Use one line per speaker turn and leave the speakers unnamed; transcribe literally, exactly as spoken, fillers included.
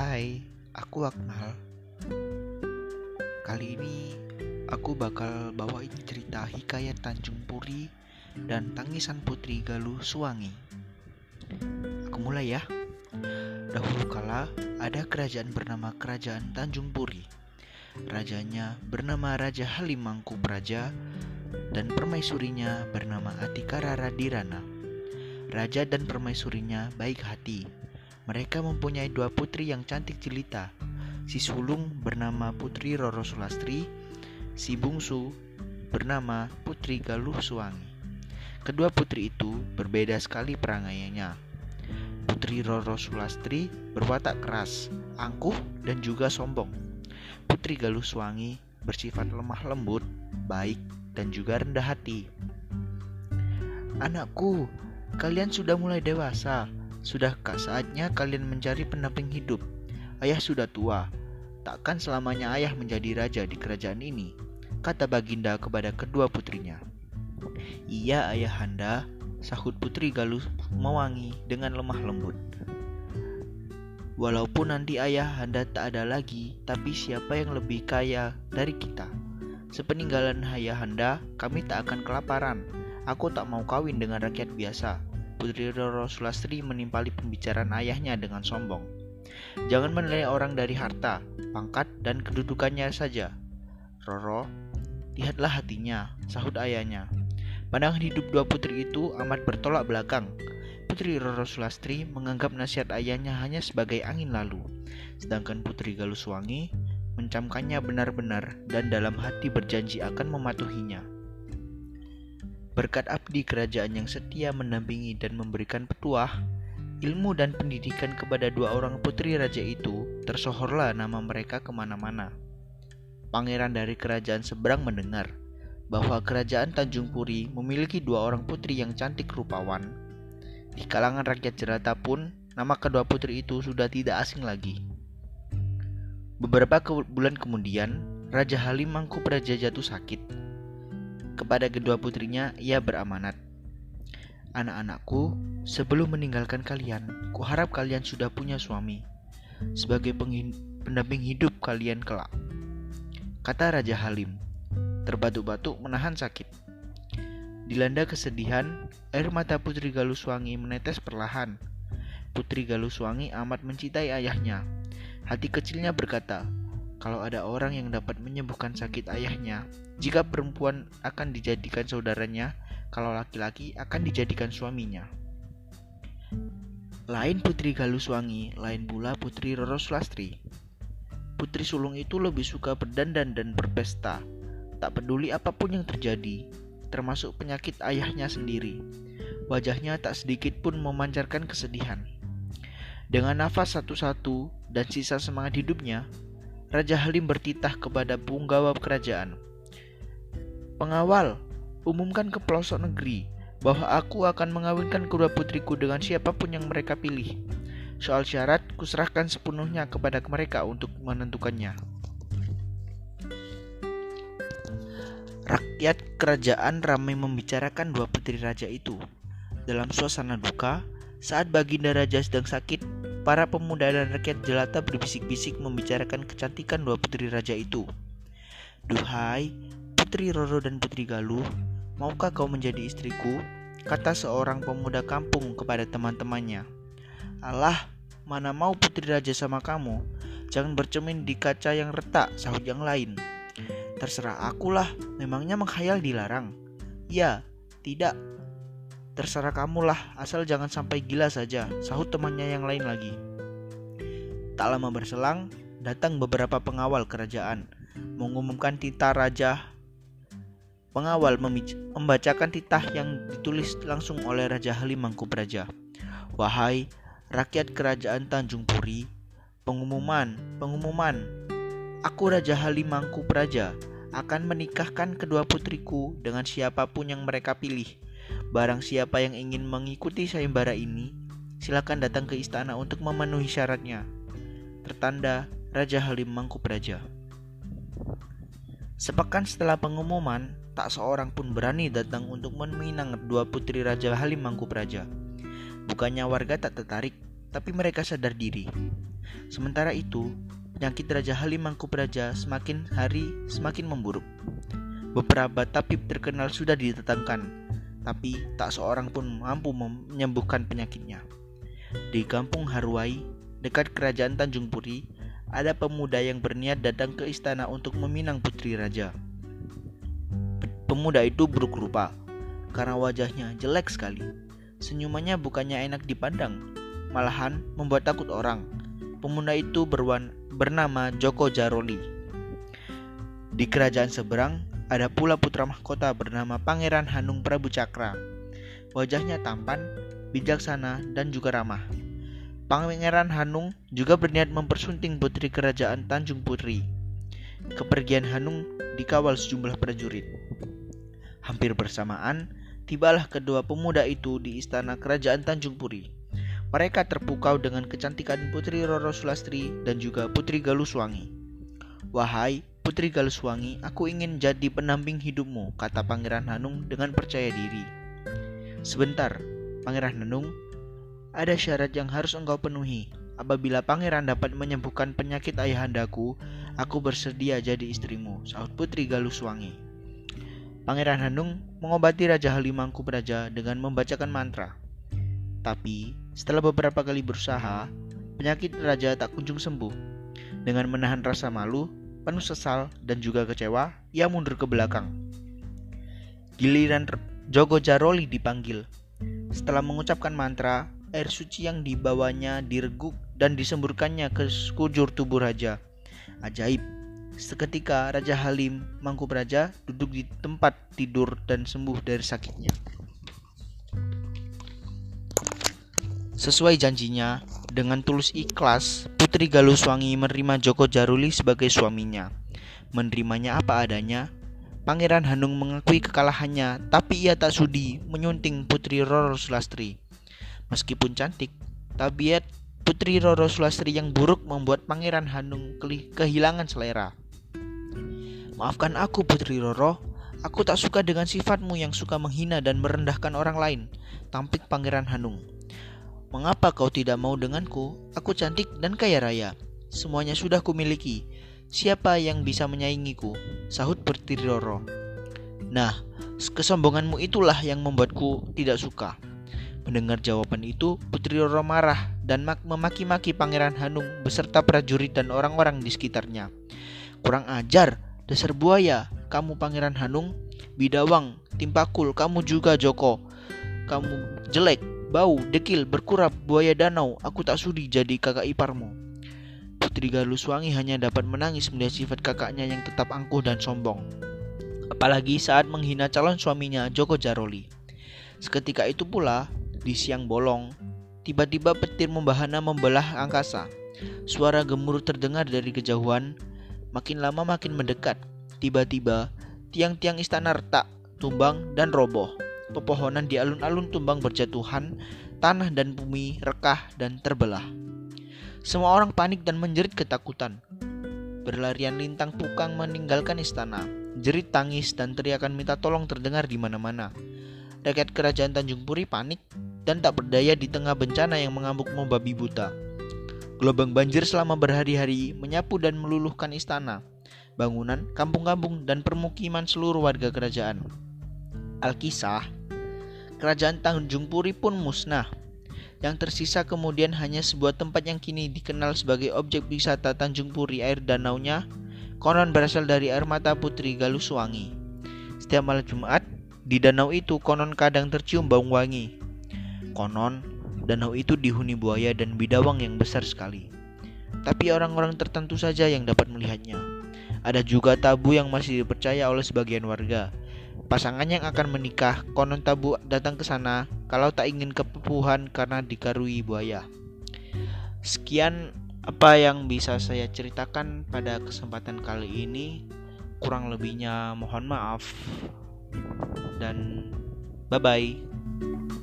Hai, aku Akmal. Kali ini aku bakal bawain cerita Hikayat Tanjung Puri dan Tangisan Putri Galuh Suwangi. Aku mulai ya. Dahulu kala ada kerajaan bernama Kerajaan Tanjung Puri. Rajanya bernama Raja Halim Mangkupraja dan permaisurinya bernama Atikara Radirana. Raja dan permaisurinya baik hati. Mereka mempunyai dua putri yang cantik jelita. Si sulung bernama Putri Roro Sulastri, si bungsu bernama Putri Galuh Suwangi. Kedua putri itu berbeda sekali perangaiannya. Putri Roro Sulastri berwatak keras, angkuh dan juga sombong. Putri Galuh Suwangi bersifat lemah lembut, baik dan juga rendah hati. Anakku, kalian sudah mulai dewasa. Sudahkah saatnya kalian mencari pendamping hidup? Ayah sudah tua, takkan selamanya ayah menjadi raja di kerajaan ini, kata Baginda kepada kedua putrinya. Iya ayahanda, sahut Putri Galuh Suwangi dengan lemah lembut. Walaupun nanti ayahanda tak ada lagi, tapi siapa yang lebih kaya dari kita? Sepeninggalan ayahanda, kami tak akan kelaparan. Aku tak mau kawin dengan rakyat biasa. Putri Roro Sulastri menimpali pembicaraan ayahnya dengan sombong. Jangan menilai orang dari harta, pangkat, dan kedudukannya saja. Roro, lihatlah hatinya, sahut ayahnya. Pandangan hidup dua putri itu amat bertolak belakang. Putri Roro Sulastri menganggap nasihat ayahnya hanya sebagai angin lalu, sedangkan Putri Galuh Suwangi mencamkannya benar-benar dan dalam hati berjanji akan mematuhinya. Berkat abdi kerajaan yang setia mendampingi dan memberikan petuah, ilmu dan pendidikan kepada dua orang putri raja itu, tersohorlah nama mereka kemana-mana. Pangeran dari kerajaan seberang mendengar bahwa kerajaan Tanjung Puri memiliki dua orang putri yang cantik rupawan. Di kalangan rakyat jelata pun, nama kedua putri itu sudah tidak asing lagi. Beberapa ke- bulan kemudian, Raja Halim Mangkupraja jatuh sakit. Kepada kedua putrinya, ia beramanat. Anak-anakku, sebelum meninggalkan kalian, kuharap kalian sudah punya suami sebagai penghin- pendamping hidup kalian kelak, kata Raja Halim, terbatuk-batuk menahan sakit. Dilanda kesedihan, air mata Putri Galuh Suwangi menetes perlahan. Putri Galuh Suwangi amat mencintai ayahnya. Hati kecilnya berkata, kalau ada orang yang dapat menyembuhkan sakit ayahnya, jika perempuan akan dijadikan saudaranya, kalau laki-laki akan dijadikan suaminya. Lain Putri Galuh Suwangi, lain pula Putri Roro Sulastri. Putri sulung itu lebih suka berdandan dan berpesta, tak peduli apapun yang terjadi, termasuk penyakit ayahnya sendiri. Wajahnya tak sedikit pun memancarkan kesedihan. Dengan nafas satu-satu dan sisa semangat hidupnya, Raja Halim bertitah kepada punggawa kerajaan. Pengawal, umumkan ke pelosok negeri bahwa aku akan mengawinkan kedua putriku dengan siapapun yang mereka pilih. Soal syarat, kuserahkan sepenuhnya kepada mereka untuk menentukannya. Rakyat kerajaan ramai membicarakan dua putri raja itu. Dalam suasana duka, saat Baginda Raja sedang sakit, para pemuda dan rakyat jelata berbisik-bisik membicarakan kecantikan dua putri raja itu. Duhai, Putri Roro dan Putri Galuh, maukah kau menjadi istriku? Kata seorang pemuda kampung kepada teman-temannya. Alah, mana mau putri raja sama kamu? Jangan bercermin di kaca yang retak, sahut yang lain. Terserah akulah, memangnya menghayal dilarang? Ya, tidak. Terserah kamulah, asal jangan sampai gila saja, sahut temannya yang lain lagi. Tak lama berselang, datang beberapa pengawal kerajaan, mengumumkan titah raja. Pengawal membacakan titah yang ditulis langsung oleh Raja Halim Mangkupraja. Wahai rakyat kerajaan Tanjung Puri, pengumuman, pengumuman. Aku Raja Halim Mangkupraja akan menikahkan kedua putriku dengan siapapun yang mereka pilih. Barang siapa yang ingin mengikuti sayembara ini, silakan datang ke istana untuk memenuhi syaratnya. Tertanda Raja Halim Mangkupraja. Sepekan setelah pengumuman, tak seorang pun berani datang untuk meminang dua putri Raja Halim Mangkupraja. Bukannya warga tak tertarik, tapi mereka sadar diri. Sementara itu, penyakit Raja Halim Mangkupraja semakin hari semakin memburuk. Beberapa tabib terkenal sudah didatangkan, tapi tak seorang pun mampu menyembuhkan penyakitnya. Di kampung Harwai, dekat kerajaan Tanjung Puri, ada pemuda yang berniat datang ke istana untuk meminang putri raja. Pemuda itu buruk rupa, karena wajahnya jelek sekali. Senyumannya bukannya enak dipandang, malahan membuat takut orang. Pemuda itu berwan, bernama Joko Jaroli. Di kerajaan seberang, ada pula putra mahkota bernama Pangeran Hanung Prabu Cakra. Wajahnya tampan, bijaksana, dan juga ramah. Pangeran Hanung juga berniat mempersunting putri kerajaan Tanjung Putri. Kepergian Hanung dikawal sejumlah prajurit. Hampir bersamaan, tibalah kedua pemuda itu di istana kerajaan Tanjung Puri. Mereka terpukau dengan kecantikan Putri Roro Sulastri dan juga Putri Galuswangi. "Wahai Putri Galuswangi, aku ingin jadi pendamping hidupmu," kata Pangeran Hanung dengan percaya diri. "Sebentar, Pangeran Hanung, ada syarat yang harus engkau penuhi. Apabila pangeran dapat menyembuhkan penyakit ayahandaku, aku bersedia jadi istrimu," sahut Putri Galuswangi. Pangeran Hanung mengobati Raja Halim Mangkupraja dengan membacakan mantra. Tapi setelah beberapa kali berusaha, penyakit raja tak kunjung sembuh. Dengan menahan rasa malu, penuh sesal dan juga kecewa, ia mundur ke belakang. Giliran Joko Jaroli dipanggil. Setelah mengucapkan mantra, air suci yang dibawanya direguk dan disemburkannya ke sekujur tubuh raja. Ajaib, seketika Raja Halim Mangkupraja duduk di tempat tidur dan sembuh dari sakitnya. Sesuai janjinya, dengan tulus ikhlas, Putri Galuswangi menerima Joko Jaroli sebagai suaminya. Menerimanya apa adanya, Pangeran Hanung mengakui kekalahannya, tapi ia tak sudi menyunting Putri Roro Sulastri. Meskipun cantik, tabiat Putri Roro Sulastri yang buruk membuat Pangeran Hanung kehilangan selera. "Maafkan aku, Putri Roro. Aku tak suka dengan sifatmu yang suka menghina dan merendahkan orang lain," tampik Pangeran Hanung. "Mengapa kau tidak mau denganku? Aku cantik dan kaya raya. Semuanya sudah kumiliki. Siapa yang bisa menyaingiku?" sahut Putri Roro. "Nah, kesombonganmu itulah yang membuatku tidak suka." Mendengar jawaban itu, Putri Roro marah dan memaki-maki Pangeran Hanung beserta prajurit dan orang-orang di sekitarnya. "Kurang ajar, dasar buaya, kamu Pangeran Hanung, bidawang, timpakul, kamu juga Joko. Kamu jelek, bau, dekil, berkurap, buaya danau, aku tak sudi jadi kakak iparmu." Putri Galuswangi hanya dapat menangis melihat sifat kakaknya yang tetap angkuh dan sombong. Apalagi saat menghina calon suaminya Joko Jaroli. Seketika itu pula, di siang bolong, tiba-tiba petir membahana membelah angkasa. Suara gemuruh terdengar dari kejauhan, makin lama makin mendekat. Tiba-tiba, tiang-tiang istana retak, tumbang dan roboh. Pepohonan di alun-alun tumbang berjatuhan, tanah dan bumi rekah dan terbelah. Semua orang panik dan menjerit ketakutan. Berlarian lintang pukang meninggalkan istana. Jerit tangis dan teriakan minta tolong terdengar di mana-mana. Rakyat kerajaan Tanjung Puri panik dan tak berdaya di tengah bencana yang mengamuk membabi buta. Gelombang banjir selama berhari-hari menyapu dan meluluhkan istana, bangunan, kampung-kampung, dan permukiman seluruh warga kerajaan. Alkisah, kerajaan Tanjung Puri pun musnah. Yang tersisa kemudian hanya sebuah tempat yang kini dikenal sebagai objek wisata Tanjung Puri. Air danaunya konon berasal dari air mata Putri Galuswangi. Setiap malam Jumat, di danau itu konon kadang tercium bau wangi. Konon, danau itu dihuni buaya dan bidawang yang besar sekali. Tapi orang-orang tertentu saja yang dapat melihatnya. Ada juga tabu yang masih dipercaya oleh sebagian warga. Pasangan yang akan menikah konon tabu datang ke sana kalau tak ingin kepupuhan karena dikarui buaya. Sekian apa yang bisa saya ceritakan pada kesempatan kali ini. Kurang lebihnya mohon maaf. Dan bye-bye.